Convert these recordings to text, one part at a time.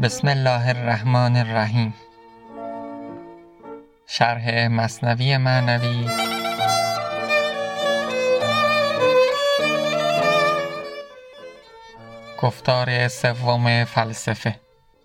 بسم الله الرحمن الرحیم. شرح مثنوی معنوی گفتار سوم فلسفه.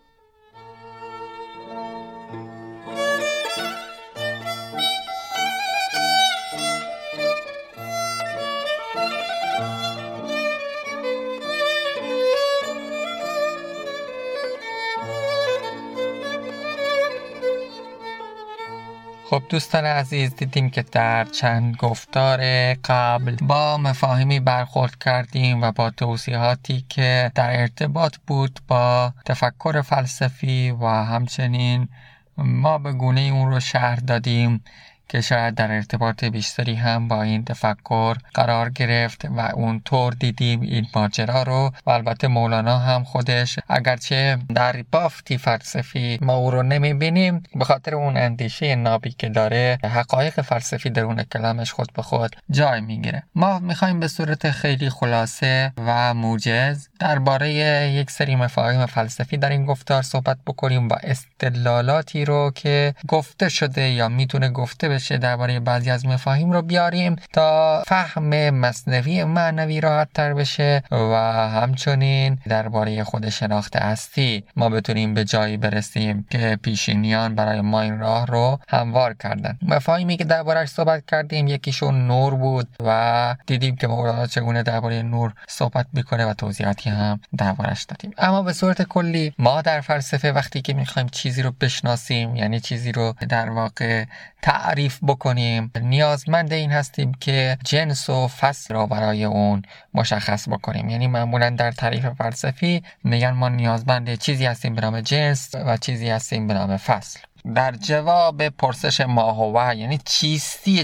خب دوستان عزیز، دیدیم که در چند گفتار قبل با مفاهیمی برخورد کردیم و با توضیحاتی که در ارتباط بود با تفکر فلسفی و همچنین ما به گونه اون رو شرح دادیم که شاید در ارتباط بیشتری هم با این تفکر قرار گرفت و اونطور دیدیم این ماجرا رو. و البته مولانا هم خودش اگرچه در بافتی فلسفی ما او رو نمیبینیم، به خاطر اون اندیشه نابی که داره حقایق فلسفی درون کلامش خود به خود جای میگیره. ما میخوایم به صورت خیلی خلاصه و موجز درباره یک سری مفاهیم فلسفی در این گفتار صحبت بکنیم و استدلالاتی رو که گفته شده یا میتونه گفته بشه درباره بعضی از مفاهیم رو بیاریم تا فهم مثنوی معنوی راحت تر بشه و همچنین درباره خود شناخت هستی ما بتونیم به جایی برسیم که پیشینیان برای ما این راه رو هموار کردن. مفاهیمی که درباره‌اش صحبت کردیم یکیشون نور بود و دیدیم که مولانا چگونه درباره نور صحبت میکنه و توضیحاتی هم درباره‌اش دادیم. اما به صورت کلی ما در فلسفه وقتی که میخوایم چیزی رو بشناسیم، یعنی چیزی رو در واقع تعریف بکنیم، نیازمند این هستیم که جنس و فصل رو برای اون مشخص بکنیم. یعنی معمولا در تعریف فلسفی میگن ما نیازمند چیزی هستیم به نام جنس و چیزی هستیم به نام فصل. در جواب پرسش ما هو، یعنی چیستی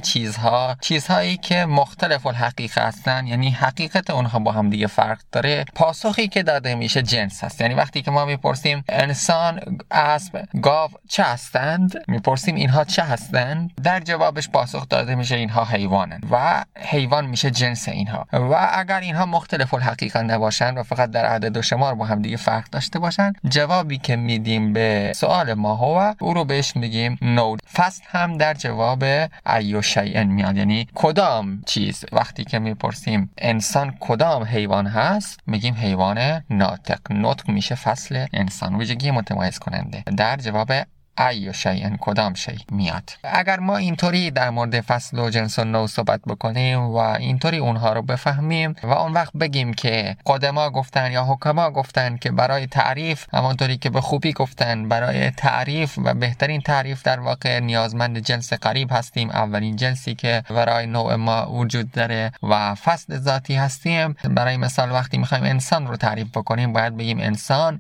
چیزهایی که مختلف الحقیقه هستن، یعنی حقیقت اونها با هم دیگه فرق داره، پاسخی که داده میشه جنس هست. یعنی وقتی که ما میپرسیم انسان، اسب، گاو چه هستند، میپرسیم اینها چه هستند، در جوابش پاسخ داده میشه اینها حیوانند و حیوان میشه جنس اینها. و اگر اینها مختلف الحقیقه نباشن و فقط در عدد و شمار با هم دیگه فرق داشته باشن، جوابی که میدیم به سوال ما هو او رو بهش میگیم نود. فصل هم در جواب ایو شیء میاد، یعنی کدام چیز. وقتی که میپرسیم انسان کدام حیوان هست، میگیم حیوان ناطق. نطق میشه فصل انسان، ویژگی متمایز کننده. در جواب ایو شیء کدام شیء میاد. اگر ما اینطوری در مورد فصل و جنس و نوع صحبت بکنیم و اینطوری اونها رو بفهمیم و اون وقت بگیم که قدما گفتن یا حکما گفتن که برای تعریف، همونطوری که به خوبی گفتن، برای تعریف و بهترین تعریف در واقع نیازمند جنس قریب هستیم، اولین جنسی که برای نوع ما وجود داره، و فصل ذاتی هستیم. برای مثال وقتی میخوایم انسان رو تعریف بکنیم باید بگیم انسان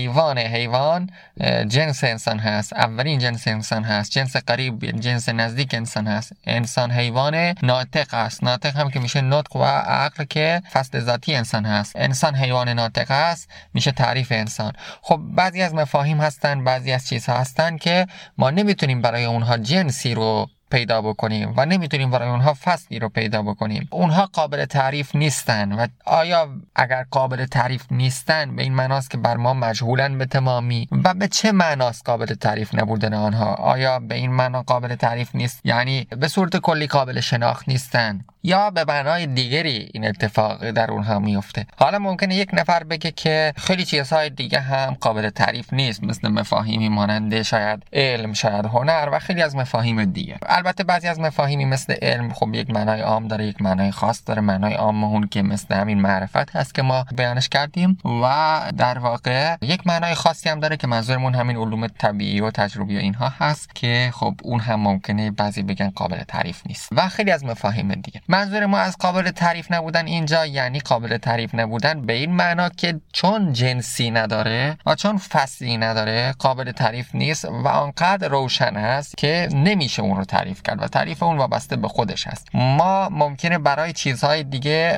حیوان جنس انسان هست، اولین جنس انسان هست، جنس قریب، جنس نزدیک انسان هست. انسان حیوان ناطق است، ناطق هم که میشه نطق و عقل که فصل ذاتی انسان هست. انسان حیوان ناطق است میشه تعریف انسان. خب بعضی از مفاهیم هستن، بعضی از چیزها هستن که ما نمیتونیم برای اونها جنسی رو پیدا بکنیم و نمیتونیم برای اونها فصلی رو پیدا بکنیم. اونها قابل تعریف نیستن و آیا اگر قابل تعریف نیستن به این معناست که بر ما مجهولن به تمامی؟ و به چه معناست قابل تعریف نبودن آنها؟ آیا به این معنا قابل تعریف نیست یعنی به صورت کلی قابل شناخت نیستن، یا به معنای دیگری این اتفاق در اونها میفته؟ حالا ممکنه یک نفر بگه که خیلی چیزهای دیگه هم قابل تعریف نیست، مثل مفاهیمی ماننده شاید علم، شاید هنر و خیلی از مفاهیم دیگه. البته بعضی از مفاهیمی مثل علم خب یک معنای عام داره، یک معنای خاص داره. معنای عام اون که مثل همین معرفت هست که ما بیانش کردیم، و در واقع یک معنای خاصی هم داره که منظورمون همین علوم طبیعی و تجربی و اینها هست که خب اون هم ممکنه بعضی بگن قابل تعریف نیست و خیلی از مفاهیم دیگه. منظور ما از قابل تعریف نبودن اینجا یعنی قابل تعریف نبودن به این معنا که چون جنسی نداره و چون فصلی نداره قابل تعریف نیست و آنقدر روشن است که نمیشه اون رو تعریف کرد و تعریف اون وابسته به خودش هست. ما ممکنه برای چیزهای دیگه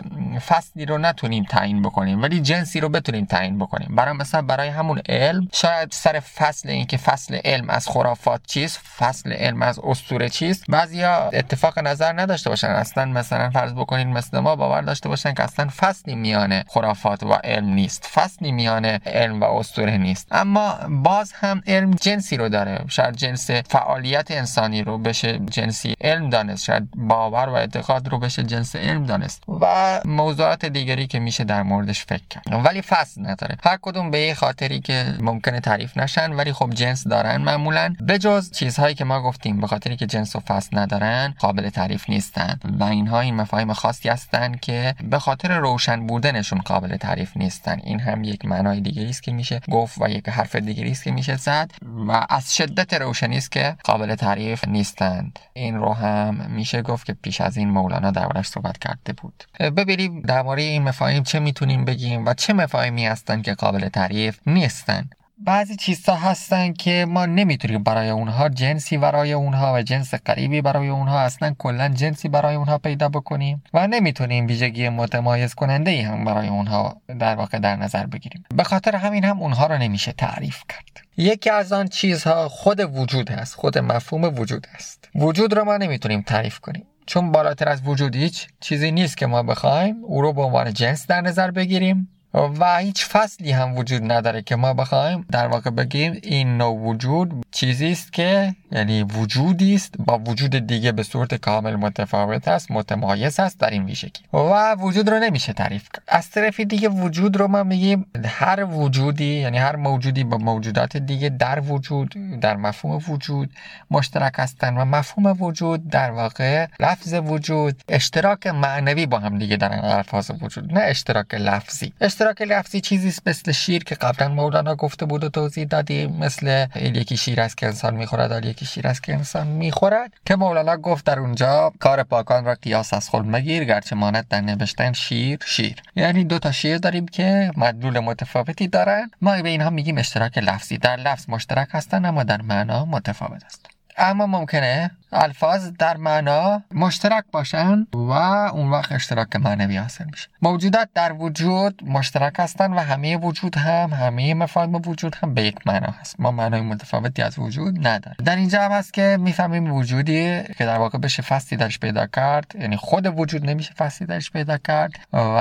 فصلی رو نتونیم تعیین بکنیم ولی جنسی رو بتونیم تعیین بکنیم. برای همون علم شاید سر فصل این که فصل علم از خرافات چیست، فصل علم از اسطوره چیست، بعضیا اتفاق نظر نداشته باشن، اصلا مثلا فرض بکنین مثل ما باور داشته باشن که اصلا فصلی میانه خرافات و علم نیست، فصلی میانه علم و اسطوره نیست. اما باز هم علم جنسی رو داره. شاید جنس فعالیت انسانی رو بشه جنسی علم دانست، شاید باور و اعتقاد رو بشه جنس علم دانست و موضوعات دیگری که میشه در موردش فکر کرد، ولی فصل نداره. هر کدوم به یه خاطری که ممکنه تعریف نشن ولی خب جنس دارن معمولا، بجز چیزهایی که ما گفتیم به خاطری که جنس و فصل ندارن قابل تعریف نیستن و اینها این مفاهیم خاصی هستن که به خاطر روشن بودنشون قابل تعریف نیستن. این هم یک معنای دیگری است که میشه گفت و یک حرف دیگری است که میشه زد و از شدت روشنی است که قابل تعریف نیستند. این رو هم میشه گفت که پیش از این مولانا دربارش صحبت کرده بود. ببینیم درباره این مفاهیم چه میتونیم بگیم و چه مفاهیمی هستن که قابل تعریف نیستن. بعضی چیزها هستن که ما نمیتونیم برای اونها جنسی برای اونها و جنس قریبی برای اونها، اصلا کلا جنسی برای اونها پیدا بکنیم و نمیتونیم ویژگی متمایز کننده ای هم برای اونها در واقع در نظر بگیریم. به خاطر همین هم اونها رو نمیشه تعریف کرد. یکی از آن چیزها خود وجود هست، خود مفهوم وجود است. وجود رو ما نمیتونیم تعریف کنیم چون بالاتر از وجود هیچ چیزی نیست که ما بخوایم او رو به عنوان جنس در نظر بگیریم و هیچ فصلی هم وجود نداره که ما بخوایم در واقع بگیم این نوع وجود چیزی است که یعنی وجودی است با وجود دیگه به صورت کامل متفاوت است، متمایز است در این ویژگی و وجود رو نمیشه تعریف کرد. از طرف دیگه وجود رو ما میگیم هر وجودی، یعنی هر موجودی با موجودات دیگه در وجود، در مفهوم وجود مشترک هستن و مفهوم وجود در واقع لفظ وجود اشتراک معنوی با هم دیگه دارن، الفاظ وجود نه اشتراک لفظی. اشتراک لفظی چیزی مثل شیر که قبلا مولانا گفته بود و توضیح دادیم، مثل یکی شیر است که انسان میخورد، یکی شیر است که انسان میخورد، که مولانا گفت در اونجا کار پاکان را قیاس از خود مگیر گرچه ماند در نوشتن شیر. یعنی دو تا شیر داریم که مدلول متفاوتی دارن، ما به اینها میگیم اشتراک لفظی. در لفظ مشترک هستن اما در معنا متفاوت هستن. اما ممکنه الفاظ در معنا مشترک باشن و اون وقت اشتراک معنوی حاصل میشه. موجودات در وجود مشترک هستن و همه وجود هم، همه مفاهیم وجود هم به یک معنا هست. ما معنای متفاوتی از وجود نداریم. در اینجا هم هست که میفهمیم وجودی که در واقع بشه فصلی درش پیدا کرد، یعنی خود وجود نمیشه فصلی درش پیدا کرد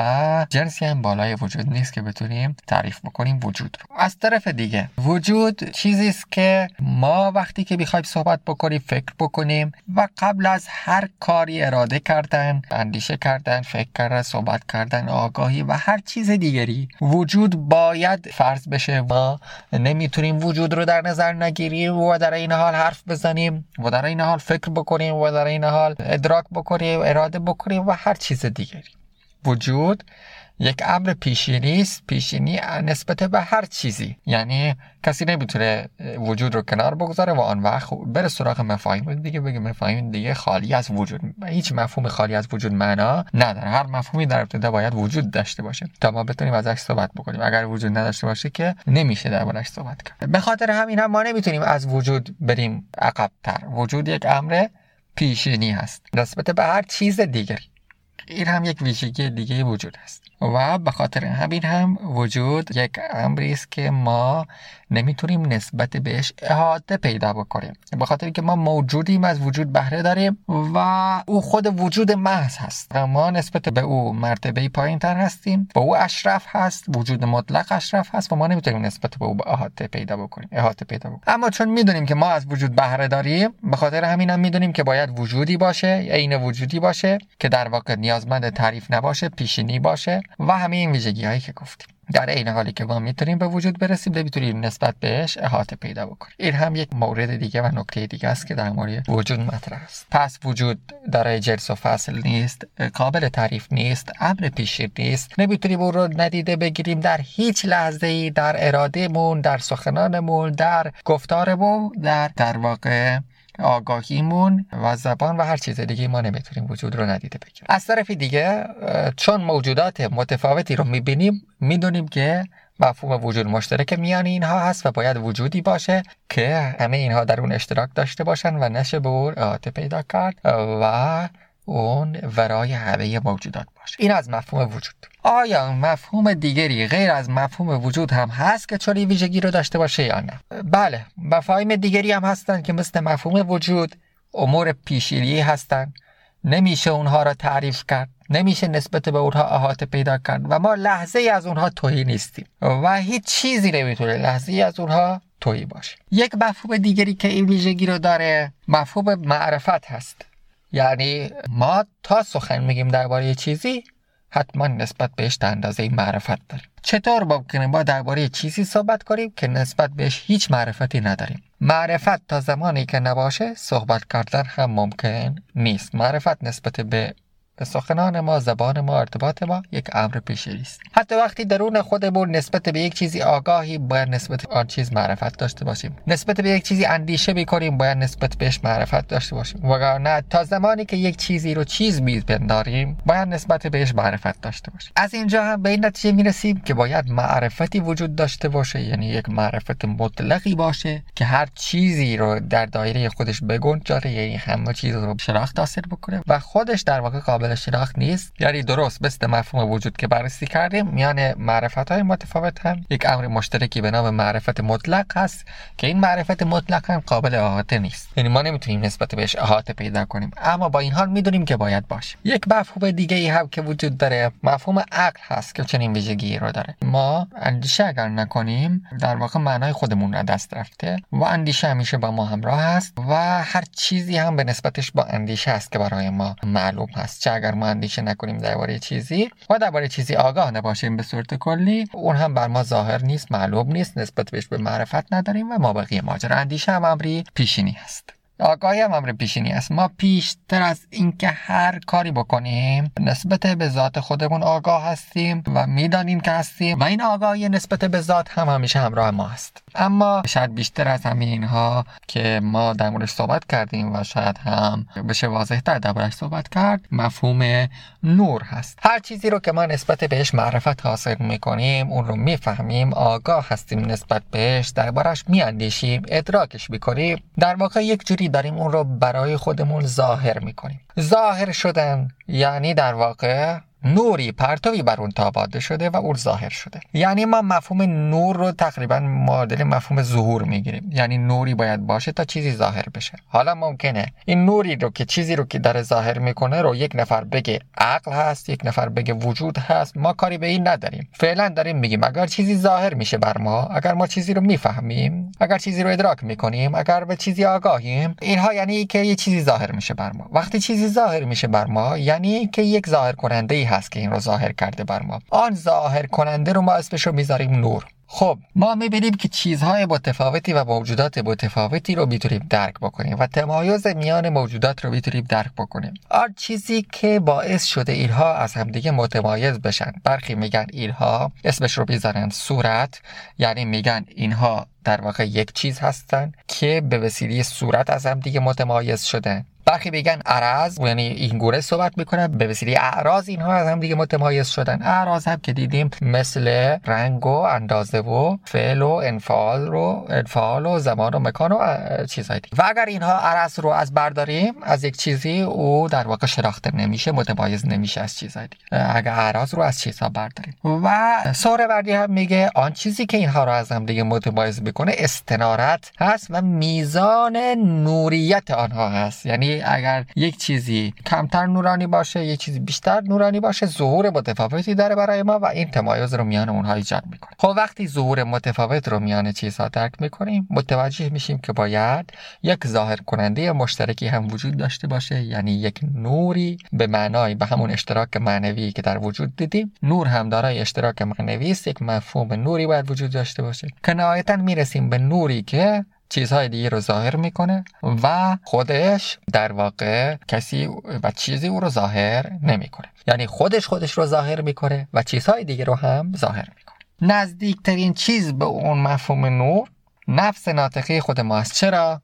و جنسی هم بالای وجود نیست که بتونیم تعریف بکنیم وجود رو. از طرف دیگه وجود چیزی است که ما وقتی که بخوایم صحبت بکنیم، فکر بکنیم و قبل از هر کاری اراده کردن، اندیشه کردن، فکر کردن، صحبت کردن، آگاهی و هر چیز دیگری، وجود باید فرض بشه. ما نمیتونیم وجود رو در نظر نگیریم و در این حال حرف بزنیم و در این حال فکر بکنیم و در این حال ادراک بکنیم، اراده بکنیم و هر چیز دیگری. وجود یک امر پیشینی است، پیشینی نسبت به هر چیزی. یعنی کسی نمیتونه وجود رو کنار بگذاره و آن وقت بره سراغ مفاهیم دیگه، بگه مفاهیم دیگه خالی از وجود. هیچ مفهوم خالی از وجود معنا نداره. هر مفهومی در ابتدا باید وجود داشته باشه تا ما بتونیم ازش صحبت بکنیم. اگر وجود نداشته باشه که نمیشه دربارش صحبت کرد. به خاطر همین هم ما نمیتونیم از وجود بریم عقب‌تر. وجود یک امر پیشینی هست نسبت به هر چیز دیگری. این هم یک ویژگی دیگه وجود است و به خاطر همین هم وجود یک امری است که ما نمیتونیم نسبت بهش احاطه پیدا بکنیم، به خاطر که ما موجودیم، از وجود بهره داریم و او خود وجود محض هست و ما نسبت به او مرتبه پایین تر هستیم، با او اشرف هست، وجود مطلق اشرف هست و ما نمیتونیم نسبت به او احاطه پیدا بکنیم. اما چون میدونیم که ما از وجود بهره داریم، به خاطر همین هم میدونیم که باید وجودی باشه، عین وجودی باشه که در واقع نیازمند تعریف نباشه، پیشینی باشه و همه این ویژگی هایی که گفتیم. در این حالی که ما میتونیم به وجود برسیم، نمیتونیم نسبت بهش احاطه پیدا بکنیم. این هم یک مورد دیگه و نکته دیگه است که در مورد وجود مطرح است. پس وجود دارای جنس و فصل نیست، قابل تعریف نیست، امر پیشین نیست، نمیتونیم اون رو ندیده بگیریم در هیچ لحظه‌ای، در ارادهمون، در سخنانمون، در گفتارمون، در واقع آگاهیمون و زبان و هر چیز دیگه ما نمیتونیم وجود رو ندیده بگیریم. از طرف دیگه چون موجودات متفاوتی رو میبینیم، میدونیم که مفهوم وجود مشترک میان اینها هست و باید وجودی باشه که همه اینها در اون اشتراک داشته باشن و نشه به اون احاطه پیدا کرد و اون ورای همه موجودات باشه. این از مفهوم وجود. آیا مفهوم دیگری غیر از مفهوم وجود هم هست که چنین ویژگی رو داشته باشه یا نه؟ بله، مفاهیم دیگری هم هستن که مثل مفهوم وجود امور پیشینی هستن. نمیشه اونها را تعریف کرد، نمیشه نسبت به اونها احاطه پیدا کرد و ما لحظه ای از اونها تهی نیستیم و هیچ چیزی نمیتونه لحظه ای از اونها تهی باشه. یک مفهوم دیگری که این ویژگی رو داره مفهوم معرفت هست. یعنی ما تا سخن میگیم درباره چیزی حتما نسبت بهش تا اندازه معرفت داریم. چطور ممکنه ما درباره چیزی صحبت کنیم که نسبت بهش هیچ معرفتی نداریم؟ معرفت تا زمانی که نباشه صحبت کردن هم ممکن نیست. معرفت نسبت به سخنان ما، زبان ما، ارتباط ما یک امر پیشینی است. حتی وقتی درون خودمون نسبت به یک چیزی آگاهی باید نسبت به آن چیز معرفت داشته باشیم. نسبت به یک چیزی اندیشه می‌کنیم باید نسبت بهش معرفت داشته باشیم. وگرنه تا زمانی که یک چیزی رو چیز می‌پنداریم باید نسبت بهش معرفت داشته باشیم. از اینجا هم به این نتیجه می‌رسیم که باید معرفتی وجود داشته باشه، یعنی یک معرفت مطلقی باشه که هر چیزی رو در دایره خودش بگنجاره، یعنی همه چیز رو شناخت حاصل بکنه و خودش در واقع قابل شناخت نیست. یعنی درست مثل مفهوم وجود که بررسی کردیم، میان معرفت‌های متفاوت هم یک امر مشترکی به نام معرفت مطلق هست که این معرفت مطلق هم قابل احاطه نیست. یعنی ما نمیتونیم نسبت بهش احاطه پیدا کنیم، اما با این حال میدونیم که باید باشه. یک مفهوم دیگه ای هم که وجود داره مفهوم عقل هست که چنین ویژگی رو داره. ما اندیشه اگر نکنیم در واقع معنای خودمون را دست رفته و اندیشه همیشه با ما همراه هست و هر چیزی هم به نسبتش با اندیشه است که برای ما معلوم هست. چه اگر ما اندیشه نکنیم درباره چیزی و درباره چیزی آگاه نباشیم به صورت کلی، اون هم بر ما ظاهر نیست، معلوم نیست، نسبت بهش به معرفت نداریم و ما بقیه ماجرا. اندیشه هم امری پیشینی هست، آگاهی هم امر پیشینی است. ما پیشتر از اینکه هر کاری بکنیم نسبت به ذات خودمون آگاه هستیم و میدانیم که هستیم و این آگاهی نسبت به ذات هم همیشه همراه ما است. اما شاید بیشتر از همه اینها که ما در موردش صحبت کردیم و شاید هم بشه واضح‌تر دربارش صحبت کرد، مفهوم نور هست. هر چیزی رو که ما نسبت بهش معرفت حاصل میکنیم، اون رو میفهمیم، آگاه هستیم نسبت بهش، دربارش میاندیشیم، ادراکش میکنیم، در واقع یک جوری داریم اون رو برای خودمون ظاهر میکنیم. ظاهر شدن یعنی در واقع نوری پرتوی بر اون تاباده شده و اون ظاهر شده. یعنی ما مفهوم نور رو تقریبا معادل مفهوم ظهور میگیریم. یعنی نوری باید باشه تا چیزی ظاهر بشه. حالا ممکنه این نوری رو که چیزی رو که در ظاهر میکنه رو یک نفر بگه عقل هست، یک نفر بگه وجود هست، ما کاری به این نداریم. فعلا داریم میگیم اگر چیزی ظاهر میشه بر ما، اگر ما چیزی رو میفهمیم، اگر چیزی رو ادراک میکنیم، اگر به چیزی آگاهیم، اینها یعنی که یه چیزی ظاهر میشه بر ما. وقتی چیزی ظاهر میشه بر ما یعنی که یک ظاهر کننده هست که این رو ظاهر کرده بر ما. آن ظاهر کننده رو ما اسمش رو میذاریم نور. خب ما میبینیم که چیزهای متفاوتی و موجودات متفاوتی رو میتونیم درک بکنیم و تمایز میان موجودات رو میتونیم درک بکنیم. آن چیزی که باعث شده اینها از همدیگه متمایز بشن، برخی میگن اینها اسمش رو میذارن صورت، یعنی میگن اینها در واقع یک چیز هستن که به وسیله صورت از همدیگه متمایز شدن. برخی بگن اعراض، یعنی این گونه صحبت میکنن به وسیله اعراض اینها از هم دیگه متمایز شدن. اعراض هم که دیدیم مثل رنگ و اندازه و فعل و انفعال و زمان و مکان و چیزهای دیگه. و اگر اینها اعراض رو از برداریم از یک چیزی، او در واقع شناخته نمیشه، متمایز نمیشه از چیزهای دیگه اگر اعراض رو از چیزها برداریم. و سهروردی هم میگه آن چیزی که اینها رو از هم دیگه متمایز میکنه استنارت هست و میزان نوریت آنها هست. یعنی اگر یک چیزی کمتر نورانی باشه، یک چیزی بیشتر نورانی باشه، ظهور متفاوتی داره برای ما و این تمایز رو میان اونها ایجاد میکنه. خب وقتی ظهور متفاوت رو میان چیزها درک میکنیم، متوجه میشیم که باید یک ظاهر کننده مشترکی هم وجود داشته باشه، یعنی یک نوری به معنای به همون اشتراک معنوی که در وجود دیدیم. نور هم دارای اشتراک معنوی است، یک مفهوم نوری باید وجود داشته باشه که نهایتاً میرسیم به نوری که چیزهای دیگه رو ظاهر میکنه و خودش در واقع کسی و چیزی او رو ظاهر نمیکنه. یعنی خودش رو ظاهر میکنه و چیزهای دیگه رو هم ظاهر میکنه. نزدیکترین چیز به اون مفهوم نور نفس ناطقه خود ماست. چرا؟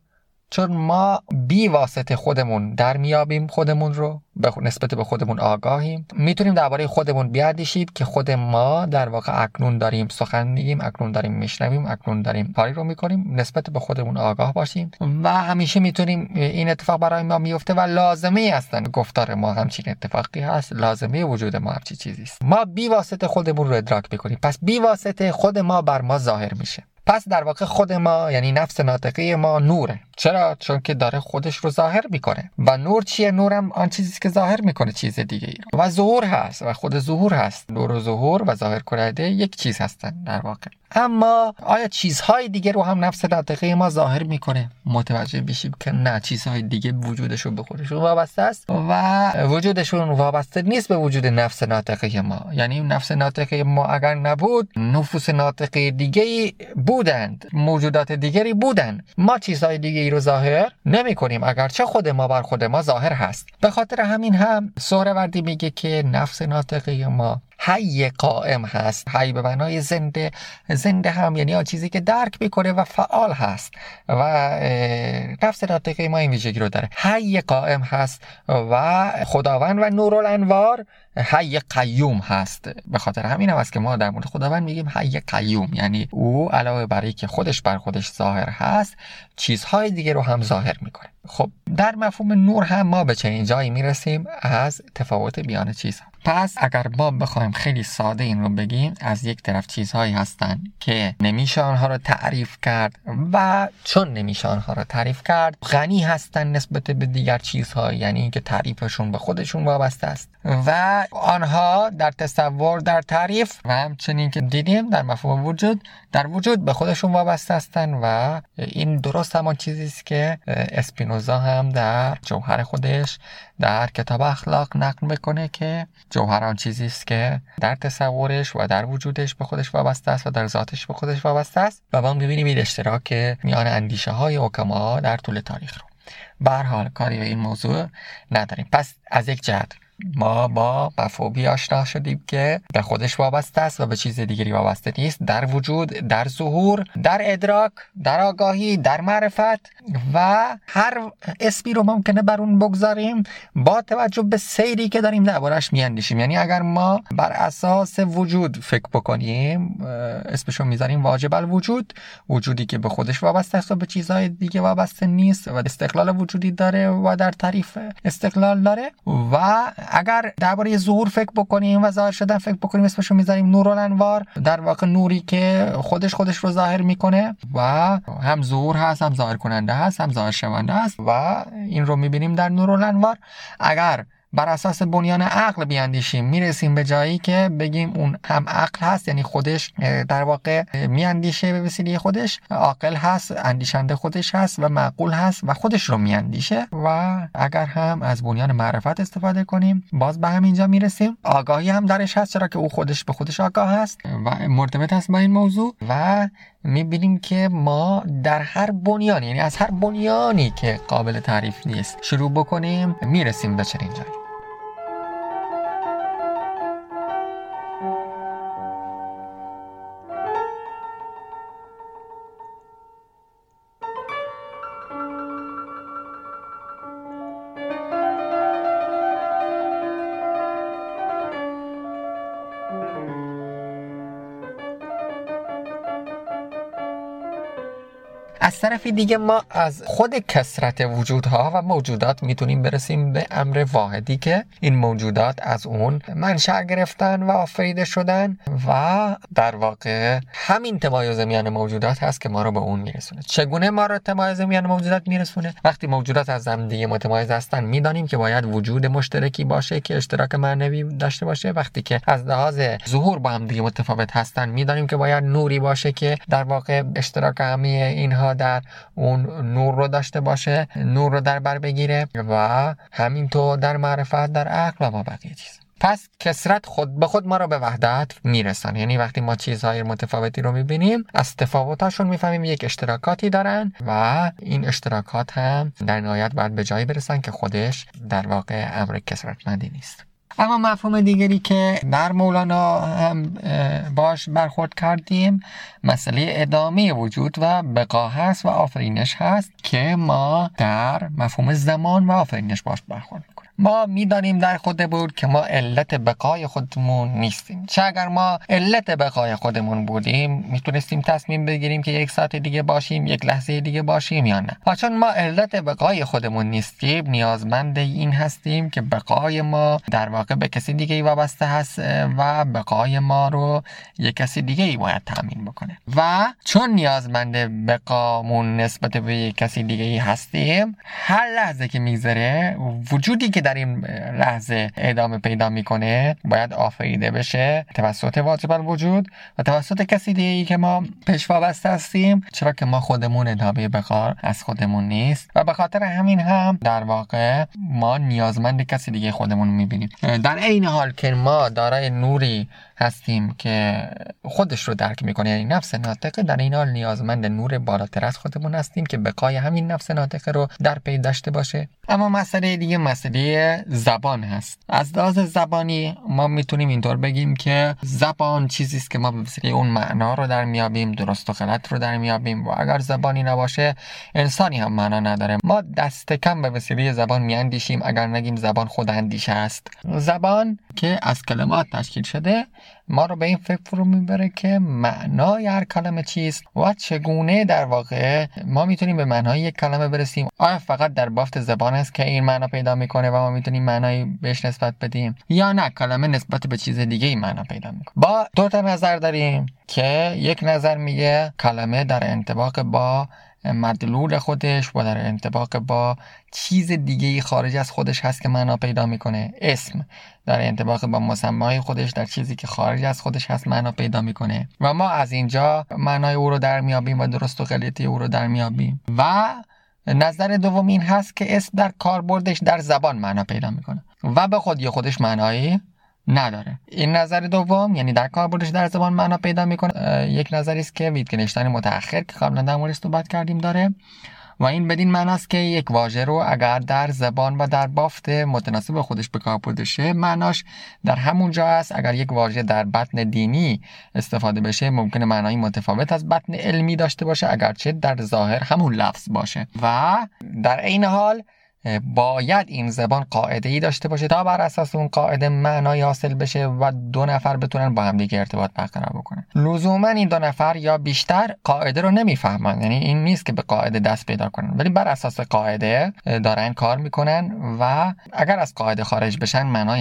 چون ما بی واسطه خودمون در میابیم خودمون رو، نسبت به خودمون آگاهیم، میتونیم درباره خودمون بیاندیشیم که خود ما در واقع اکنون داریم سخن میگیم، اکنون داریم میشنویم، اکنون داریم کاری رو میکنیم، نسبت به خودمون آگاه باشیم و همیشه میتونیم این اتفاق برای ما میفته و لازمه هستن گفتار ما همچین اتفاقی هست، لازمه وجود ما همچین چیزی است. ما بی واسطه خودمون رو ادراک میکنیم، پس بی واسطه خود ما بر ما ظاهر میشه. پس در واقع خود ما یعنی نفس ناطقه ما نوره. چرا؟ چون که داره خودش رو ظاهر میکنه. و نور چیه؟ نورم آن چیزی که ظاهر میکنه چیز دیگه ای رو. و ظهور هست و خود ظهور هست. نور و ظهور و ظاهر کننده یک چیز هستن در واقع. اما آیا چیزهای دیگه رو هم نفس ناطقه ما ظاهر میکنه؟ متوجه بشیم که نه، چیزهای دیگه وجودشون به خودشون وابسته است و وجودشون وابسته نیست به وجود نفس ناطقه ما. یعنی نفس ناطقه ما اگر نبود، نفوس ناطقه دیگه بودند، موجودات دیگری بودند. ما چیزهای دیگه ای رو ظاهر نمی کنیم اگرچه خود ما بر خود ما ظاهر هست. به خاطر همین هم سهروردی میگه که نفس ناطقه ما حی قائم هست. حی به معنای زنده، زنده هم یعنی آن چیزی که درک میکنه و فعال هست و نفس ناطقه ما این ویژگی رو داره، حی قائم هست و خداوند و نورالانوار حی قیوم هست. به خاطر همین هم است که ما در مورد خداوند میگیم حی قیوم، یعنی او علاوه بر اینکه خودش بر خودش ظاهر هست چیزهای دیگه رو هم ظاهر میکنه. خب در مفهوم نور هم ما به چنین جایی میرسیم از تفاوت میان چیزها. پس اگر ما بخوایم خیلی ساده این رو بگیم، از یک طرف چیزهایی هستن که نمیشه آنها رو تعریف کرد و چون نمیشه آنها رو تعریف کرد غنی هستن نسبت به دیگر چیزها، یعنی اینکه تعریفشون به خودشون وابسته است و آنها در تصور، در تعریف و همچنین که دیدیم در مفهوم وجود، در وجود به خودشون وابسته هستن و این درست همان چیزی است که اسپینوزا هم در جوهر خودش در کتاب اخلاق نقل میکنه که جوهر آن چیزی است که در تصورش و در وجودش به خودش وابسته است و در ذاتش به خودش وابسته است و ما می‌بینیم این اشتراک میان اندیشه های حکما در طول تاریخ رو. به هر حال کاری به این موضوع نداریم. پس از یک جهت ما با مفهومی آشنا شدیم که به خودش وابسته است و به چیز دیگری وابسته نیست، در وجود، در ظهور، در ادراک، در آگاهی، در معرفت و هر اسمی رو ممکنه بر اون بگذاریم با توجه به سیری که داریم دربارش میاندیشیم. یعنی اگر ما بر اساس وجود فکر بکنیم اسمشو میذاریم واجب الوجود، وجودی که به خودش وابسته است و به چیزهای دیگه وابسته نیست و استقلال وجودی داره و در تعریف استقلال داره. و اگر درباره ظهور فکر بکنیم و ظاهر شدن فکر بکنیم اسمشو میذاریم نورالانوار، در واقع نوری که خودش رو ظاهر میکنه و هم ظهور هست، هم ظاهر کننده هست، هم ظاهر شونده هست و این رو میبینیم در نورالانوار. اگر بر اساس بنیان عقل بیاندیشیم میرسیم به جایی که بگیم اون هم عقل هست، یعنی خودش در واقع میاندیشه به وسیله خودش، عاقل هست، اندیشنده خودش هست و معقول هست و خودش رو میاندیشه. و اگر هم از بنیان معرفت استفاده کنیم باز به همینجا میرسیم. آگاهی هم درش هست چرا که او خودش به خودش آگاه هست و مرتبط هست با این موضوع و میبینیم که ما در هر بنیان، یعنی از هر بنیانی که قابل تعریف نیست شروع بکنیم میرسیم به چنین جایی. از طرفی دیگه ما از خود کثرت وجودها و موجودات میتونیم برسیم به امر واحدی که این موجودات از اون منشأ گرفتن و آفریده شدن و در واقع همین تمایز میان موجودات هست که ما رو به اون میرسونه. چگونه ما رو تمایز میان موجودات میرسونه؟ وقتی موجودات از هم دیگه متمایز هستن میدانیم که باید وجود مشترکی باشه که اشتراک معنوی داشته باشه. وقتی که از لحاظ ظهور با هم دیگه متفاوت هستن میدانیم که باید نوری باشه که در واقع اشتراک همه اینها در اون نور رو داشته باشه، نور رو در بر بگیره و همینطور در معرفت، در عقل و بقیه چیز. پس کثرت خود به خود ما رو به وحدت میرسن. یعنی وقتی ما چیزهای متفاوتی رو میبینیم از تفاوتاشون میفهمیم یک اشتراکاتی دارن و این اشتراکات هم در نهایت باید به جایی برسن که خودش در واقع امر کثرتمندی نیست. اما مفهوم دیگری که در مولانا هم باش برخورد کردیم مسئله ادامه وجود و بقا هست و آفرینش هست که ما در مفهوم زمان و آفرینش باش برخورد میکنیم. ما میدانیم در خود بود که ما علت بقای خودمون نیستیم. چه اگر ما علت بقای خودمون بودیم میتونستیم تصمیم بگیریم که 1 ساعت دیگه باشیم، 1 لحظه دیگه باشیم یا نه. و چون ما علت بقای خودمون نیستیم نیازمند این هستیم که بقای ما در واقع به کسی دیگه وابسته هست و بقای ما رو یک کسی دیگه باید تامین بکنه. و چون نیازمند بقامون نسبت به یک کسی دیگه هستیم، هر لحظه که میگذره وجودی که در این لحظه ادامه پیدا میکنه باید آفریده بشه توسط واجب الوجود و توسط کسی دیگه‌ای که ما پیش وابسته هستیم، چرا که ما خودمون ادامه بقا از خودمون نیست و به خاطر همین هم در واقع ما نیازمند کسی دیگه خودمون میبینیم. در این حال که ما دارای نوری هستیم که خودش رو درک میکنه، یعنی نفس ناطقه، در این حال نیازمند نور بالاتر از خودمون هستیم که بقای همین نفس ناطقه رو در پی داشته باشه. اما مسئله دیگه مسئله زبان هست. از لحاظ زبانی ما میتونیم اینطور بگیم که زبان چیزی است که ما به وسیله اون معنا رو در میابیم، درست و غلط رو در میابیم و اگر زبانی نباشه انسانی هم معنا نداره. ما دست کم به وسیله زبان میاندیشیم، اگر نگیم زبان خود اندیشه است. زبان که از کلمات تشکیل شده ما رو به این فکر فرو میبره که معنای هر کلمه چیست و چگونه در واقع ما میتونیم به معنای یک کلمه برسیم. آیا فقط در بافت زبان است که این معنا پیدا میکنه و ما میتونیم معنایی بهش نسبت بدیم یا نه کلمه نسبت به چیز دیگه این معنا پیدا میکنه؟ با دو تا نظر داریم که یک نظر میگه کلمه در انطباق با مدلول خودش و در انطباق با چیز دیگه خارج از خودش هست که معنا پیدا میکنه. اسم در انطباق با مسمای خودش در چیزی که خارج از خودش هست معنا پیدا میکنه و ما از اینجا معنای او رو در میابیم و درست و غلطی او رو در میابیم. و نظر دوم این هست که اسم در کاربردش در زبان معنا پیدا میکنه و به خودش معنایی نداره. این نظر دوم یعنی در کاربردش در زبان معنا پیدا میکنه یک نظری است که ویتگنشتاین متأخر که قبلا در موردش صحبت کردیم داره و این بدین معنی است که یک واژه رو اگر در زبان و در بافت متناسب خودش به کار برده شه معناش در همون جا است. اگر یک واژه در بطن دینی استفاده بشه ممکنه معنای متفاوت از بطن علمی داشته باشه اگرچه در ظاهر همون لفظ باشه و در عین حال باید این زبان قاعده‌ای داشته باشه تا بر اساس اون قاعده معنایی حاصل بشه و 2 نفر بتونن با هم دیگه ارتباط برقرار بکنن. لزوما این 2 نفر یا بیشتر قاعده رو نمیفهمن، یعنی این نیست که به قاعده دست پیدا کنن ولی بر اساس قاعده دارن کار میکنن و اگر از قاعده خارج بشن معنای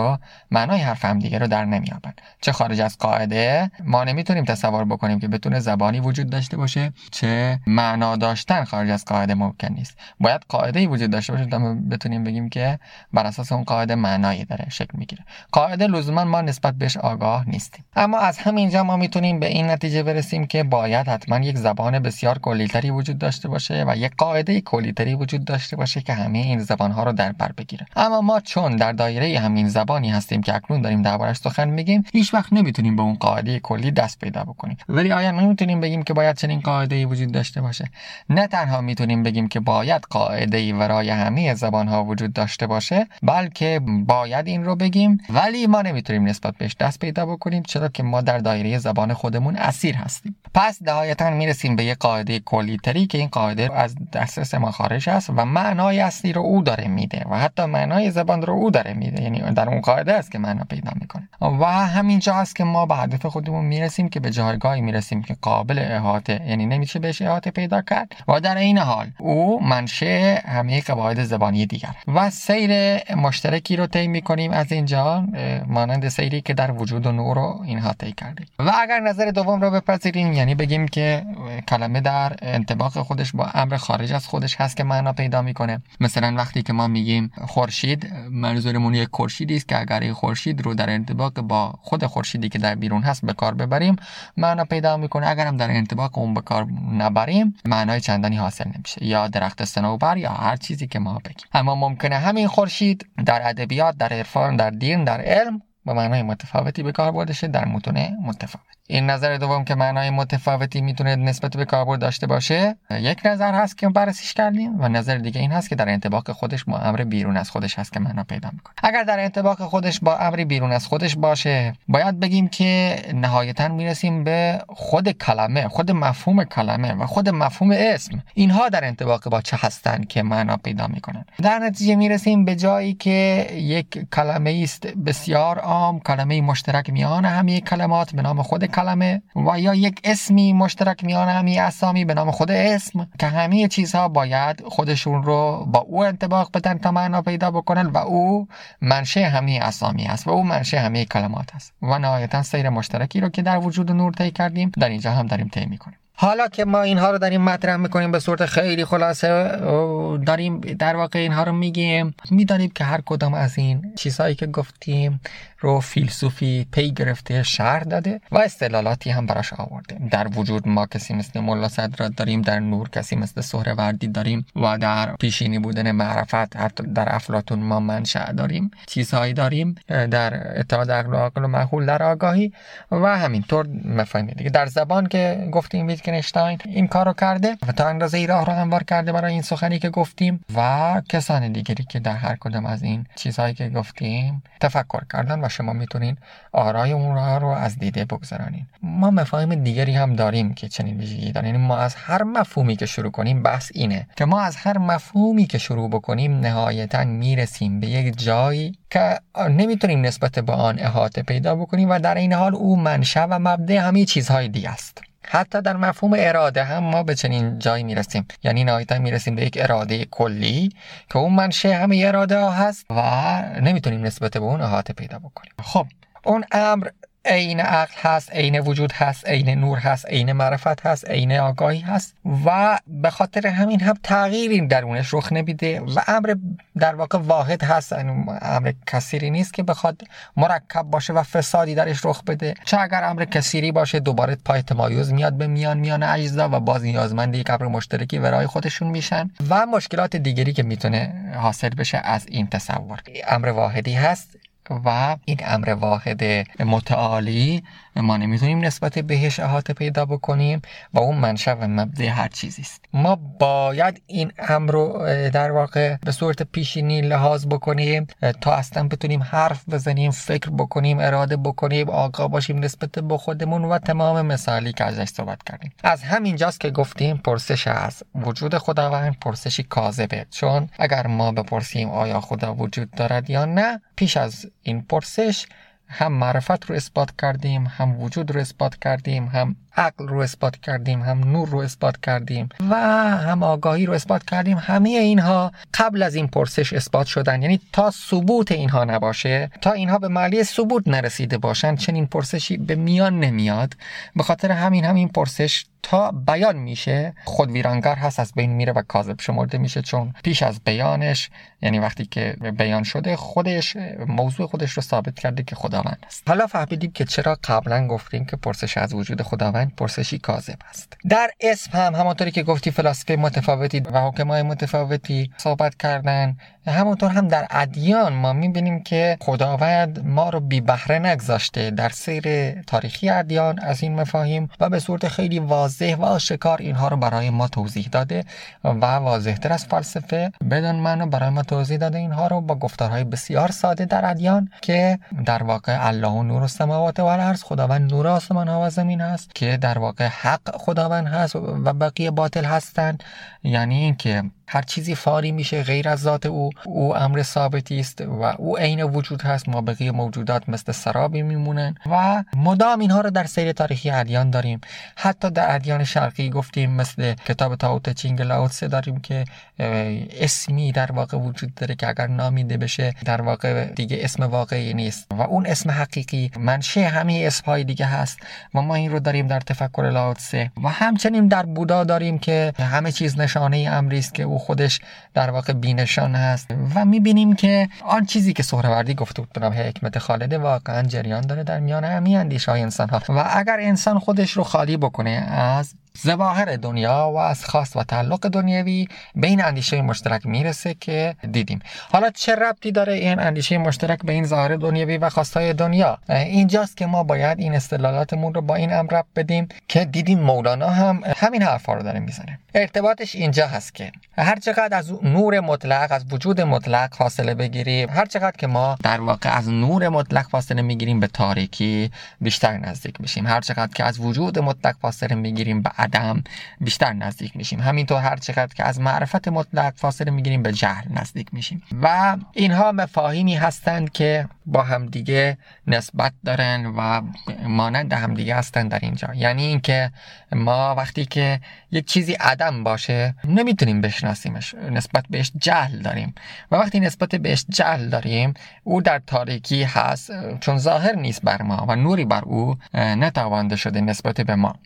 حرف هم دیگه رو در نمیابن. چه خارج از قاعده ما نمیتونیم تصور بکنیم که بتونه زبانی وجود داشته باشه، چه معنا داشتن خارج از قاعده ممکن نیست. باید قاعده‌ای وجود داشته باشه تا بتونیم بگیم که بر اساس اون قاعده معنایی داره شکل میگیره. قاعده لزوما ما نسبت بهش آگاه نیستیم. اما از همینجا ما میتونیم به این نتیجه برسیم که باید حتما یک زبان بسیار کلی‌تری وجود داشته باشه و یک قاعده کلی‌تری وجود داشته باشه که همه این زبان‌ها رو در بر بگیره. اما ما چون در دایره همین زبانی هستیم که اکنون داریم دربارش سخن میگیم هیچ وقت نمیتونیم به اون قاعده کلی دست پیدا بکنیم. ولی آیا نمیتونیم بگیم که باید چنین قاعده‌ای وجود داشته باشه؟ نه تنها میتونیم بگیم که باید قاعده‌ای برای همه زبان‌ها وجود داشته باشه بلکه باید این رو بگیم ولی ما نمیتونیم نسبت بهش دست پیدا بکنیم چرا که ما در دایره زبان خودمون اسیر هستیم. پس نهایتاً میرسیم به یک قاعده کلی‌تری که این قاعده از دسترس ما خارج است و معنای اصلی رو او داره میده و حتی معنای زبان رو او داره میده، یعنی در اون قاعده است که معنا پیدا میکنه و همینجا است که ما به هدف خودمون میرسیم که به جایگاهی میرسیم که قابل احاطه، یعنی نمیشه بهش احاطه پیدا کرد و در این حال او منشأ همه قواعد زبانی دیگر و سیر مشترکی رو طی می‌کنیم از اینجا مانند سیری که در وجود و نور رو اینها طی کردیم. و اگر نظر دوم رو بپذیریم یعنی بگیم که کلمه در انطباق خودش با امر خارج از خودش هست که معنا پیدا میکنه. مثلا وقتی که ما میگیم خورشید منظورمون یک خورشیدی است که اگر این خورشید رو در انطباق با خود خورشیدی که در بیرون هست به کار ببریم معنا پیدا میکنه، اگر هم در انطباق اون به کار نبریم معنای چندانی حاصل نمیشه، یا درخت صنوبر یا هر چیزی که ما بگیم. اما ممکنه همین خورشید در ادبیات، در عرفان، در دین، در علم به معنای متفاوتی به کار برده شه در متون متفاوت. این نظر دوم که معنای متفاوتی میتونه نسبت به کاربرد داشته باشه، یک نظر هست که بررسیش کردیم و نظر دیگه این هست که در انطباق خودش با امر بیرون از خودش هست که معنا پیدا میکنه. اگر در انطباق خودش با امر بیرون از خودش باشه، باید بگیم که نهایتاً میرسیم به خود کلمه، خود مفهوم کلمه و خود مفهوم اسم. اینها در انطباق با چه هستن که معنا پیدا میکنن. در نتیجه میرسیم به جایی که یک کلمه است بسیار عام، کلمه مشترک میان همه کلمات به نام خود کلمه، و یا یک اسمی مشترک میان همه اسامی به نام خود اسم، که همه چیزها باید خودشون رو با او انطباق بدن تا معنا پیدا بکنن و او منشأ همه اسامی است و او منشأ همه کلمات است و نهایتا سیر مشترکی رو که در وجود نور طی کردیم در اینجا هم داریم طی میکنیم. حالا که ما اینها رو داریم مطرح میکنیم به صورت خیلی خلاصه، داریم در واقع اینها رو میگیم، میدانیم که هر کدام از این چیزهایی که گفتیم رو فیلسوفی پی گرفته، شرح داده و استدلالاتی هم براش آورده. در وجود ما کسی مثل ملا صدرات داریم، در نور کسی مثل سهروردی داریم و در پیشینی بودن معرفت حتی در افلاطون ما منشأ داریم، چیزهایی داریم در اتحاد عقل و معقول در آگاهی و همینطور مفاهیم دیگه. در زبان که گفتیم ویتگنشتاین این کارو کرده و تا اندازه ای راه رو هموار کرده برای این سخنی که گفتیم و کسان دیگری که در هر کدام از این چیزهایی که گفتیم تفکر کردن و شما میتونین آرای اون رو از دیده بگذارین. ما مفاهیم دیگری هم داریم که چنین ویژگی دارن. یعنی ما از هر مفهومی که شروع کنیم، بحث اینه که ما از هر مفهومی که شروع بکنیم نهایتا میرسیم به یک جایی که نمیتونیم نسبت به آن احاطه پیدا بکنیم و در این حال او منشأ و مبدأ همه چیزهای دیگه است. حتی در مفهوم اراده هم ما به چنین جایی میرسیم، یعنی نهایتا میرسیم به یک اراده کلی که اون منشأ همه اراده ها هست و نمیتونیم نسبت به اون احاطه پیدا بکنیم. خب اون امر عین عقل هست، عین وجود هست، عین نور هست، عین معرفت هست، عین آگاهی هست و به خاطر همین هم تغییری درونش رخ نمیده و امر در واقع واحد هست، امر کثیری نیست که بخواد مرکب باشه و فسادی درش رخ بده. چه اگر امر کثیری باشه دوباره پای تمایز میاد به میان اجزا و باز نیازمند یک امر مشترکی ورای خودشون میشن و مشکلات دیگری که میتونه حاصل بشه از این تصور. امر واحدی هست و این امر واحد متعالی ما نمیتونیم نسبت بهش احاطه پیدا بکنیم و اون منشأ و مبدأ هر چیزی است. ما باید این امر رو در واقع به صورت پیشینی لحاظ بکنیم تا اصلا بتونیم حرف بزنیم، فکر بکنیم، اراده بکنیم، آگاه باشیم نسبت به خودمون و تمام مثالی که ازش صحبت کردیم. از همین جاست که گفتیم پرسش از وجود خداوند پرسشی کاذبه، چون اگر ما بپرسیم آیا خدا وجود دارد یا نه، پیش از این پرسش هم معرفت رو اثبات کردیم، هم وجود رو اثبات کردیم، هم عقل رو اثبات کردیم، هم نور رو اثبات کردیم و هم آگاهی رو اثبات کردیم. همه اینها قبل از این پرسش اثبات شدن، یعنی تا ثبوت اینها نباشه، تا اینها به مرحله ثبوت نرسیده باشن چنین پرسشی به میان نمیاد. به خاطر همین پرسش تا بیان میشه خود ویرانگر هست، از بین میره و کاذب شمرده میشه، چون پیش از بیانش، یعنی وقتی که بیان شده، خودش موضوع خودش رو ثابت کرده که خداوند است. حالا فهمیدیم که چرا قبلا گفتیم که پرسش از وجود خداوند پرسشی کاذب است. در اسم هم همونطوری که گفتی فلاسفه متفاوتی و حکمای متفاوتی صحبت کردن، همونطور هم در ادیان ما میبینیم که خداوند ما رو بی بهره نگذاشته. در سیر تاریخی ادیان از این مفاهیم و به صورت خیلی واضح و آشکار اینها رو برای ما توضیح داده و واضح‌تر از فلسفه بدون معنا برای ما توضیح داده اینها رو با گفتارهای بسیار ساده در ادیان که در واقع الله نور السماوات و الارض، خداوند نور آسمان ها و زمین هست، که در واقع حق خداوند هست و بقیه باطل هستند. یعنی اینکه هر چیزی فانی میشه غیر از ذات او امر ثابتی است و او عین وجود هست، ما بقیه موجودات مثل سرابی میمونن و مدام اینها رو در سیر تاریخی ادیان داریم. حتی در ادیان شرقی گفتیم مثل کتاب تائو ته چینگ لاو تسه داریم که اسمی در واقع وجود داره که اگر نامیده بشه در واقع دیگه اسم واقعی نیست و اون اسم حقیقی منشأ همه اسمهای دیگه هست و ما این رو داریم در تفکر لاو تسه. و همچنین در بودا داریم که همه چیز نشانه امری است که او خودش در واقع بی‌نشان هست و می‌بینیم که آن چیزی که سهروردی گفته بود به حکمت خالده واقعا جریان داره در میان همه اندیشه‌های انسان‌ها و اگر انسان خودش رو خالی بکنه از ظواهر دنیا و از خاص و تعلق دنیوی به این اندیشه مشترک میرسه که دیدیم. حالا چه ربطی داره این اندیشه مشترک به این ظواهر دنیوی و خواستهای دنیا؟ اینجاست که ما باید این استدلالاتمون رو با این امر ربط بدیم که دیدیم مولانا هم همین حرفا رو داره میزنه. ارتباطش اینجا هست که هر چقدر از نور مطلق، از وجود مطلق فاصله بگیریم، هر چقدر که ما در واقع از نور مطلق فاصله میگیریم به تاریکی بیشتر نزدیک میشیم. هر چقدر که از وجود مطلق فاصله میگیریم به عدم بیشتر نزدیک میشیم. همینطور هر چقدر که از معرفت مطلق فاصله میگیریم به جهل نزدیک میشیم. و اینها مفاهیمی هستند که با همدیگه نسبت دارن و مانند همدیگه هستن در اینجا. یعنی اینکه ما وقتی که یک چیزی عدم باشه نمیتونیم بشناسیمش، نسبت بهش جهل داریم و وقتی نسبت بهش جهل داریم او در تاریکی هست چون ظاهر نیست بر ما و نوری بر او نتابانده شده نسبت به ما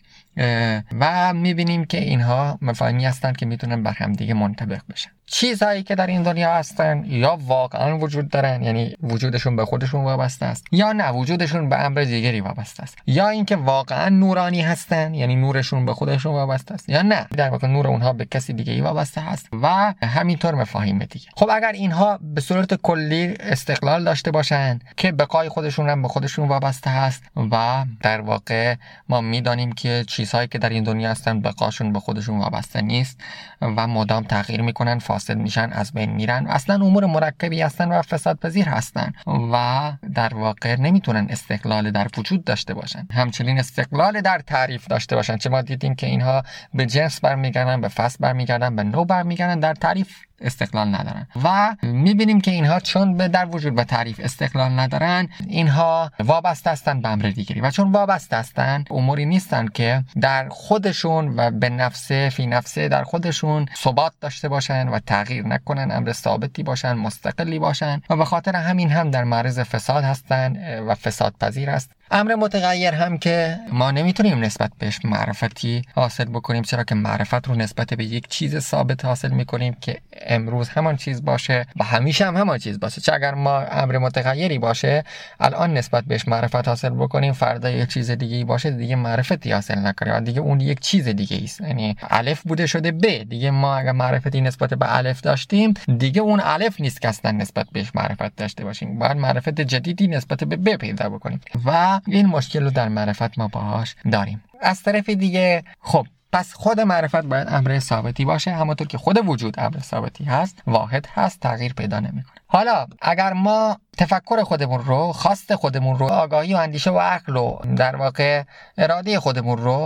و میبینیم که اینها مفاهیمی هستند که میتونن بر هم دیگه منطبق بشن. چیزهایی که در این دنیا هستن یا واقعا وجود دارن، یعنی وجودشون به خودشون وابسته است، یا نه وجودشون به امر دیگری وابسته است، یا اینکه واقعا نورانی هستن یعنی نورشون به خودشون وابسته است، یا نه در واقع نور اونها به کسی دیگه‌ای وابسته است و همینطور مفاهیم دیگه. خب اگر اینها به صورت کلی استقلال داشته باشن که بقای خودشون هم به خودشون وابسته است و در واقع ما میدانیم که چیزهایی که در این دنیا هستن بقاشون به خودشون وابسته نیست و مدام تغییر میکنن، فاسد میشن، از بین میرن، اصلا امور مرکبی هستن و فساد پذیر هستن و در واقع نمیتونن استقلال در وجود داشته باشن، همچنین استقلال در تعریف داشته باشن. چه ما دیدیم که اینها به جنس برمیگردن، به فصل برمیگردن، به نوع برمیگردن، در تعریف استقلال ندارن و میبینیم که اینها چون در وجود به تعریف استقلال ندارن اینها وابسته هستن به امر دیگری و چون وابسته هستن اموری نیستن که در خودشون و به نفسه فی نفسه در خودشون ثبات داشته باشن و تغییر نکنن، امر ثابتی باشن، مستقلی باشن و به خاطر همین هم در معرض فساد هستن و فساد پذیر است. امر متغیر هم که ما نمیتونیم نسبت بهش معرفتی حاصل بکنیم، چرا که معرفت رو نسبت به یک چیز ثابت حاصل میکنیم که امروز همان چیز باشه و همیشه هم همان چیز باشه. چه اگر ما امر متغیری باشه الان نسبت بهش معرفت حاصل بکنیم، فردا یک چیز دیگه باشه دیگه معرفتی حاصل نکنیم و دیگه اون یک چیز دیگه است. یعنی الف بوده شده ب، دیگه ما اگر معرفتی نسبت به الف داشتیم دیگه اون الف نیست که اصلا نسبت بهش معرفت داشته باشیم، باید معرفت جدیدی نسبت به ب پیدا بکنیم و این مشکل رو در معرفت ما باهاش داریم. از طرف دیگه خب پس خود معرفت باید امر ثابتی باشه، همونطور که خود وجود امر ثابتی هست، واحد هست، تغییر پیدا نمیکنه. حالا اگر ما تفکر خودمون رو، خواست خودمون رو، آگاهی و اندیشه و عقل رو، در واقع اراده خودمون رو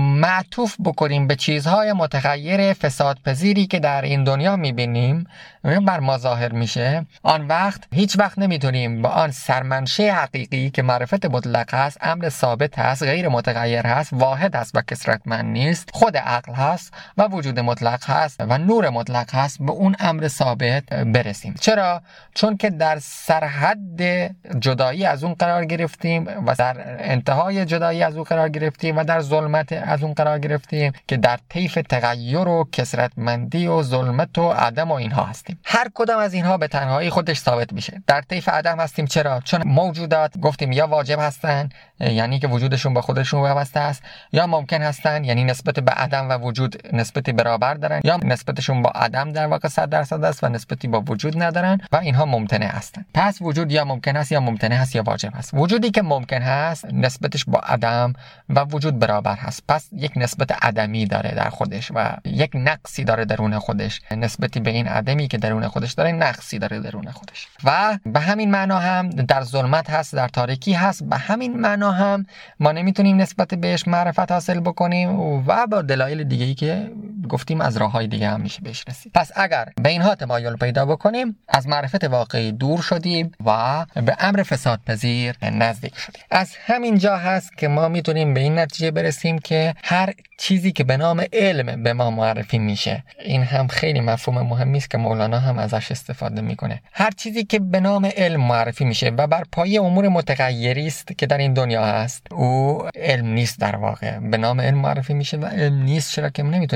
معطوف بکنیم به چیزهای متغیر فسادپذیری که در این دنیا میبینیم بر ما ظاهر میشه، آن وقت هیچ وقت نمیتونیم با آن سرمنشه حقیقی که معرفت مطلق هست، امر ثابت هست، غیر متغیر هست، واحد هست و کثرتمند نیست، خود عقل هست و وجود مطلق هست و نور مطلق هست، به اون امر ثابت برسیم. چرا؟ چون که در سرحد جدایی از اون قرار گرفتیم و در انتهای جدایی از اون قرار گرفتیم و در ظلمت از اون قرار گرفتیم که در طیف تغییر و کثرتمندی و ظلمت و عدم و اینها هستیم. هر کدام از اینها به تنهایی خودش ثابت میشه. در طیف عدم هستیم. چرا؟ چون موجودات گفتیم یا واجب هستن، یعنی که وجودشون با خودشون وابسته است، یا ممکن هستن، یعنی نسبت به عدم و وجود نسبتی برابر دارن، یا نسبتشون با عدم در واقع 100% است و نسبتی با وجود ندارن و اینها ممتنع هستن. پس وجود یا ممکن است یا ممتنع هست یا واجب هست. وجودی که ممکن هست نسبتش با عدم و وجود برابر هست، پس یک نسبت عدمی داره در خودش و یک نقصی داره درون خودش، نسبتی به این عدمی که درون خودش داره نقصی داره درون خودش و به همین معنا هم در ظلمت هست، در تاریکی هست. به همین معنا هم ما نمیتونیم نسبت بهش معرفت حاصل بکنیم و با دلایل دیگه‌ای که گفتیم از راههای دیگه هم میشه بهش رسید. پس اگر به اینها تمایل پیدا بکنیم از معرفت واقعی دور شدیم و به امر فسادپذیر نزدیک شدیم. از همین جا هست که ما میتونیم به این نتیجه برسیم که هر چیزی که به نام علم به ما معرفی میشه، این هم خیلی مفهوم مهمی است که مولانا هم ازش استفاده میکنه، هر چیزی که به نام علم معرفی میشه و بر پایه امور متغیری است که در این دنیا هست، او علم نیست. در واقع به نام علم معرفی میشه و علم نیست، چرا که نمیتونه ما رو به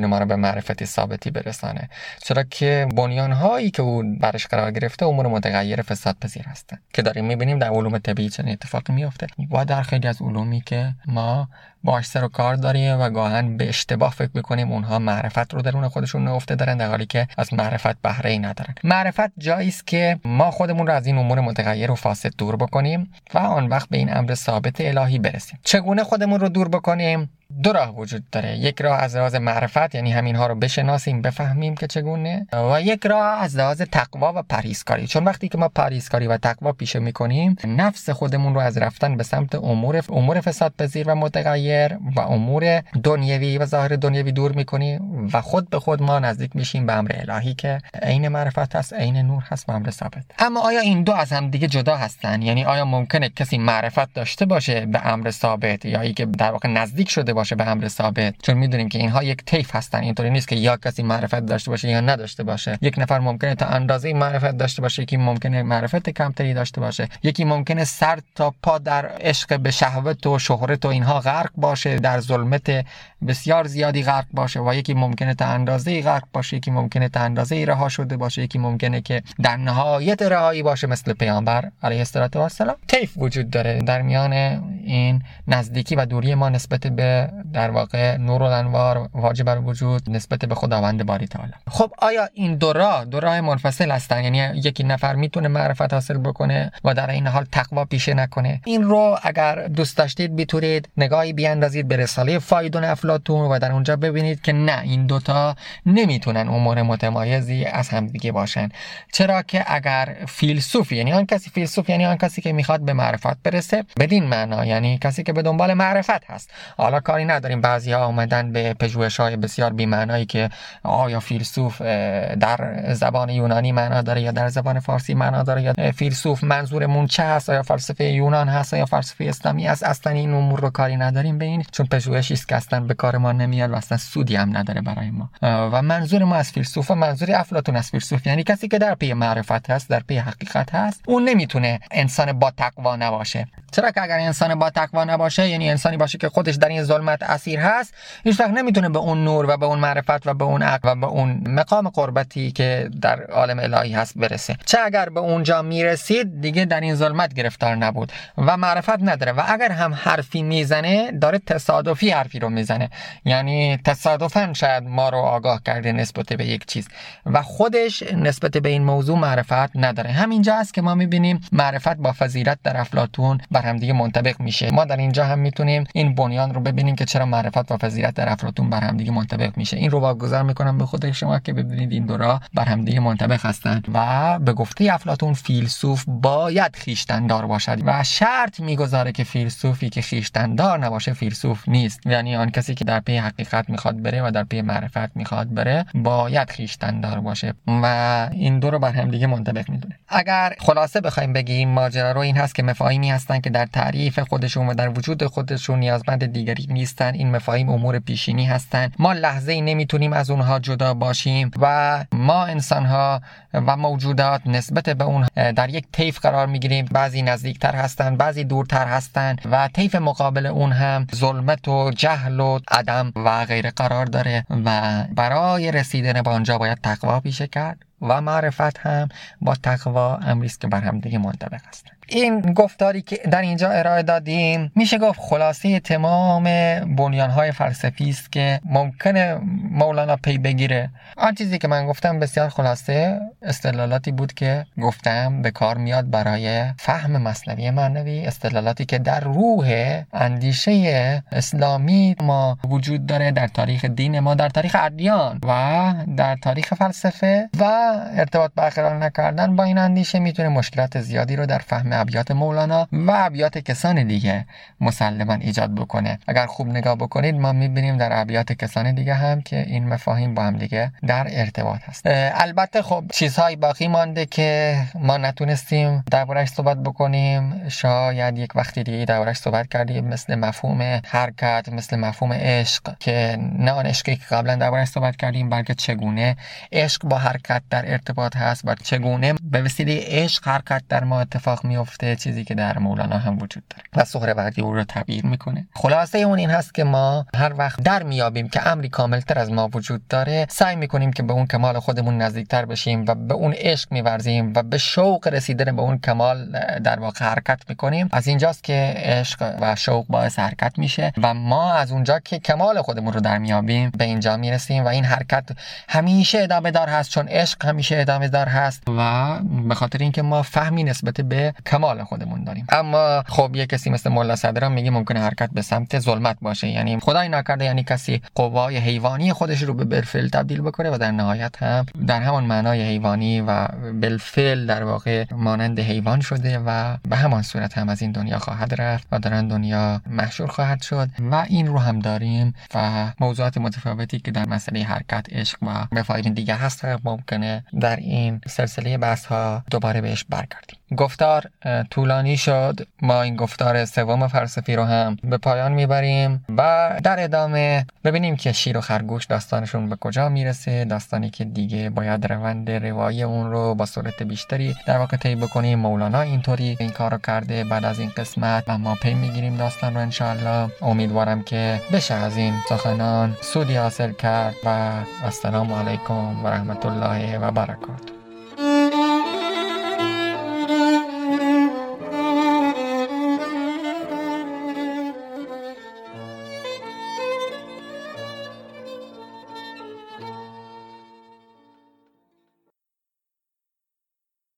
معرفتی ثابتی برسانه، چرا که بنیان‌هایی که او برش قرار گرفته امور متغیر فسادپذیر هستند که داریم می‌بینیم در علوم طبیعی چنین اتفاقی میفته و در خیلی از علومی که ما باهاش سر و کار داریم و گاهن به اشتباه فکر می‌کنیم اونها معرفت رو درون خودشون نهفته دارن، در حالی که از معرفت بهره‌ای ندارن. معرفت جایی است که ما خودمون رو از این امور متغیر و فاسد دور بکنیم و آن وقت به این امر ثابت الهی برسیم. چگونه خودمون رو دور بکنیم؟ دو راه وجود داره. یک راه از لحاظ معرفت، یعنی همینها رو بشناسیم، بفهمیم که چگونه، و یک راه از لحاظ تقوا و پرهیزکاری. چون وقتی که ما پرهیزکاری و تقوا پیشه میکنیم، نفس خودمون رو از رفتن به سمت امور فسادپذیر و متغیر و امور دنیوی و ظاهر دنیوی دور میکنیم و خود به خود ما نزدیک میشیم به امر الهی که عین معرفت هست، عین نور هست و امر ثابت. اما آیا این دو از هم دیگه جدا هستن؟ یعنی آیا ممکنه کسی معرفت داشته باشه به امر ثابت یا اینکه در واقع نزدیک شده باشه به امر ثابت؟ چون میدونیم که اینها یک طیف هستن، اینطوری نیست که یا کسی معرفت داشته باشه یا نداشته باشه. یک نفر ممکنه تا اندازه معرفت داشته باشه، یکی ممکنه معرفت کمتری داشته باشه، یکی ممکنه سر تا پا در عشق به شهوت و شهرت و اینها غرق باشه، در ظلمت بسیار زیادی غرق باشه، و یکی ممکنه تا اندازه غرق باشه، یکی ممکنه تا اندازه رها شده باشه، یکی ممکنه که در نهایت رهایی باشه مثل پیامبر علیه السلام. طیف وجود داره در میان این نزدیکی و دوری ما نسبت به در واقع نور و انوار واجب الوجود نسبت به خداوند باری تعالی. خب آیا این دو راه منفصل هستن؟ یعنی یکی نفر میتونه معرفت حاصل بکنه و در این حال تقوا پیشه نکنه؟ این رو اگر دوست داشتید میتونید نگاهی بیاندازید به رساله فایدون افلاطون و در اونجا ببینید که نه، این دوتا نمیتونن امور متمایزی از هم دیگه باشن. چرا که اگر فیلسوف، یعنی آن کسی فیلسوف یعنی آن کسی که میخواد به معرفت برسه، بدین معنا یعنی کسی که به دنبال معرفت هست. حالا کاری نداریم بعضی‌ها اومدن به پژوهش‌های بسیار بی‌معنایی که آیا فیلسوف در زبان یونانی معنا داره یا در زبان فارسی معنا داره، یا فیلسوف منظورمون چه هست، آیا فلسفه یونان هست یا فلسفه اسلامی است. اصلا این امور رو کاری نداریم به این، چون پژوهشی است که اصلا به کار ما نمیاد و اصلا سودی هم نداره برای ما. و منظور ما از فیلسوف، منظور افلاطون از فیلسوف یعنی کسی که در پی معرفت هست، در پی حقیقت هست. اون نمیتونه انسان با تقوا نباشه. چرا که اگر انسان با تقوا نباشه، یعنی انسانی باشه که خودش در این ظلمت اسیر هست، هیچ وقت نمیتونه به اون نور و به اون معرفت و به اون عقل و به اون مقام قربتی که در عالم الهی هست برسه. چه اگر به اونجا میرسید دیگه در این ظلمت گرفتار نبود و معرفت نداره، و اگر هم حرفی میزنه داره تصادفی حرفی رو میزنه، یعنی تصادفاً شاید ما رو آگاه کرده نسبت به یک چیز و خودش نسبت به این موضوع معرفت نداره. همینجا است که ما میبینیم معرفت با فضیلت در افلاطون بر هم دیگه منطبق میشه. ما در اینجا هم میتونیم این بنیان رو ببینیم که چرا معرفت و فضیلت در افلاطون بر هم دیگه منطبق میشه. این رو واگذار میکنم به خود شما که ببینید این دو راه بر هم دیگه منطبق هستند و به گفته افلاطون فیلسوف باید خویشتن‌دار باشد و شرط میگذاره که فیلسوفی که خویشتن‌دار نباشه فیلسوف نیست. یعنی آن کسی که در پی حقیقت میخواد بره و در پی معرفت میخواد بره باید خویشتن‌دار باشه و این دو رو بر هم دیگه منطبق میدونه. اگر خلاصه بخوایم بگیم ماجرا رو این هست که مفاهیمی هستن که در تعریف خودشون و در وجود خودشون نیازمند دیگری نیستن. این مفاهیم امور پیشینی هستن، ما لحظه‌ای نمیتونیم از اونها جدا باشیم و ما انسان‌ها و موجودات نسبت به اون در یک طیف قرار میگیریم. بعضی نزدیکتر هستن، بعضی دورتر هستن و طیف مقابل اون هم ظلمت و جهل و عدم و غیره قرار داره و برای رسیدن به آنجا باید تقوا پیشه کرد و معرفت هم با تقوا امری است که بر هم دیگه منطبق هستند. این گفتاری که در اینجا ارائه دادیم میشه گفت خلاصه تمام بنیان‌های فلسفی است که ممکنه مولانا پی بگیره. آن چیزی که من گفتم بسیار خلاصه استدلالاتی بود که گفتم به کار میاد برای فهم مثنوی معنوی، استدلالاتی که در روح اندیشه اسلامی ما وجود داره، در تاریخ دین ما، در تاریخ ادیان و در تاریخ فلسفه، و ارتباط برقرار نکردن با این اندیشه میتونه مشکلات زیادی رو در فهم ابیات مولانا و ابیات کسان دیگه مسلماً ایجاد بکنه. اگر خوب نگاه بکنید ما میبینیم در ابیات کسان دیگه هم که این مفاهیم با هم دیگه در ارتباط هست. البته خب چیزهای باقی مانده که ما نتونستیم دربارش صحبت بکنیم، شاید یک وقتی دیگه دربارش صحبت کردیم، مثل مفهوم حرکت، مثل مفهوم عشق که نه آن عشقی که قبلا دربارش صحبت کردیم بلکه چگونه عشق با حرکت در در ارتباط هست و چگونه به وسیله عشق حرکت در ما اتفاق میفته، چیزی که در مولانا هم وجود داره و سهروردی او رو تعبیر میکنه. خلاصه اون این هست که ما هر وقت در میابیم که امری کاملتر از ما وجود داره، سعی میکنیم که به اون کمال خودمون نزدیکتر بشیم و به اون عشق میورزیم و به شوق رسیدن به اون کمال در واقع حرکت میکنیم. از اینجاست که عشق و شوق باعث حرکت میشه و ما از اونجا که کمال خودمون رو در میابیم به اینجا میرسیم و این حرکت همیشه ادامه دار هست، چون عشق همیشه ادامه دار هست و به خاطر اینکه ما فهمی نسبت به کمال خودمون داریم. اما خب یه کسی مثل مولا صدرام میگه ممکنه حرکت به سمت ظلمت باشه، یعنی خدای نکرده، یعنی کسی قوای حیوانی خودش رو به بالفعل تبدیل بکنه و در نهایت هم در همون معنای حیوانی و بالفعل در واقع مانند حیوان شده و به همان صورت هم از این دنیا خواهد رفت و در آن دنیا محشور خواهد شد. و این رو هم داریم و موضوعات متفاوتی که در مسئله حرکت، عشق و مفاهیم دیگه هست ممکنه در این سلسله بحث ها دوباره بهش برگردیم. گفتار طولانی شد، ما این گفتار سوم فلسفی رو هم به پایان میبریم و در ادامه ببینیم که شیر و خرگوش داستانشون به کجا میرسه، داستانی که دیگه باید روند روایی اون رو با سرعت بیشتری در واقع طی بکنیم. مولانا اینطوری این کارو کرده بعد از این قسمت و ما پی میگیریم داستان رو انشاءالله. امیدوارم که بشه از این سخنان سودی حاصل کرد و السلام علیکم و رحمت الله و برکاته.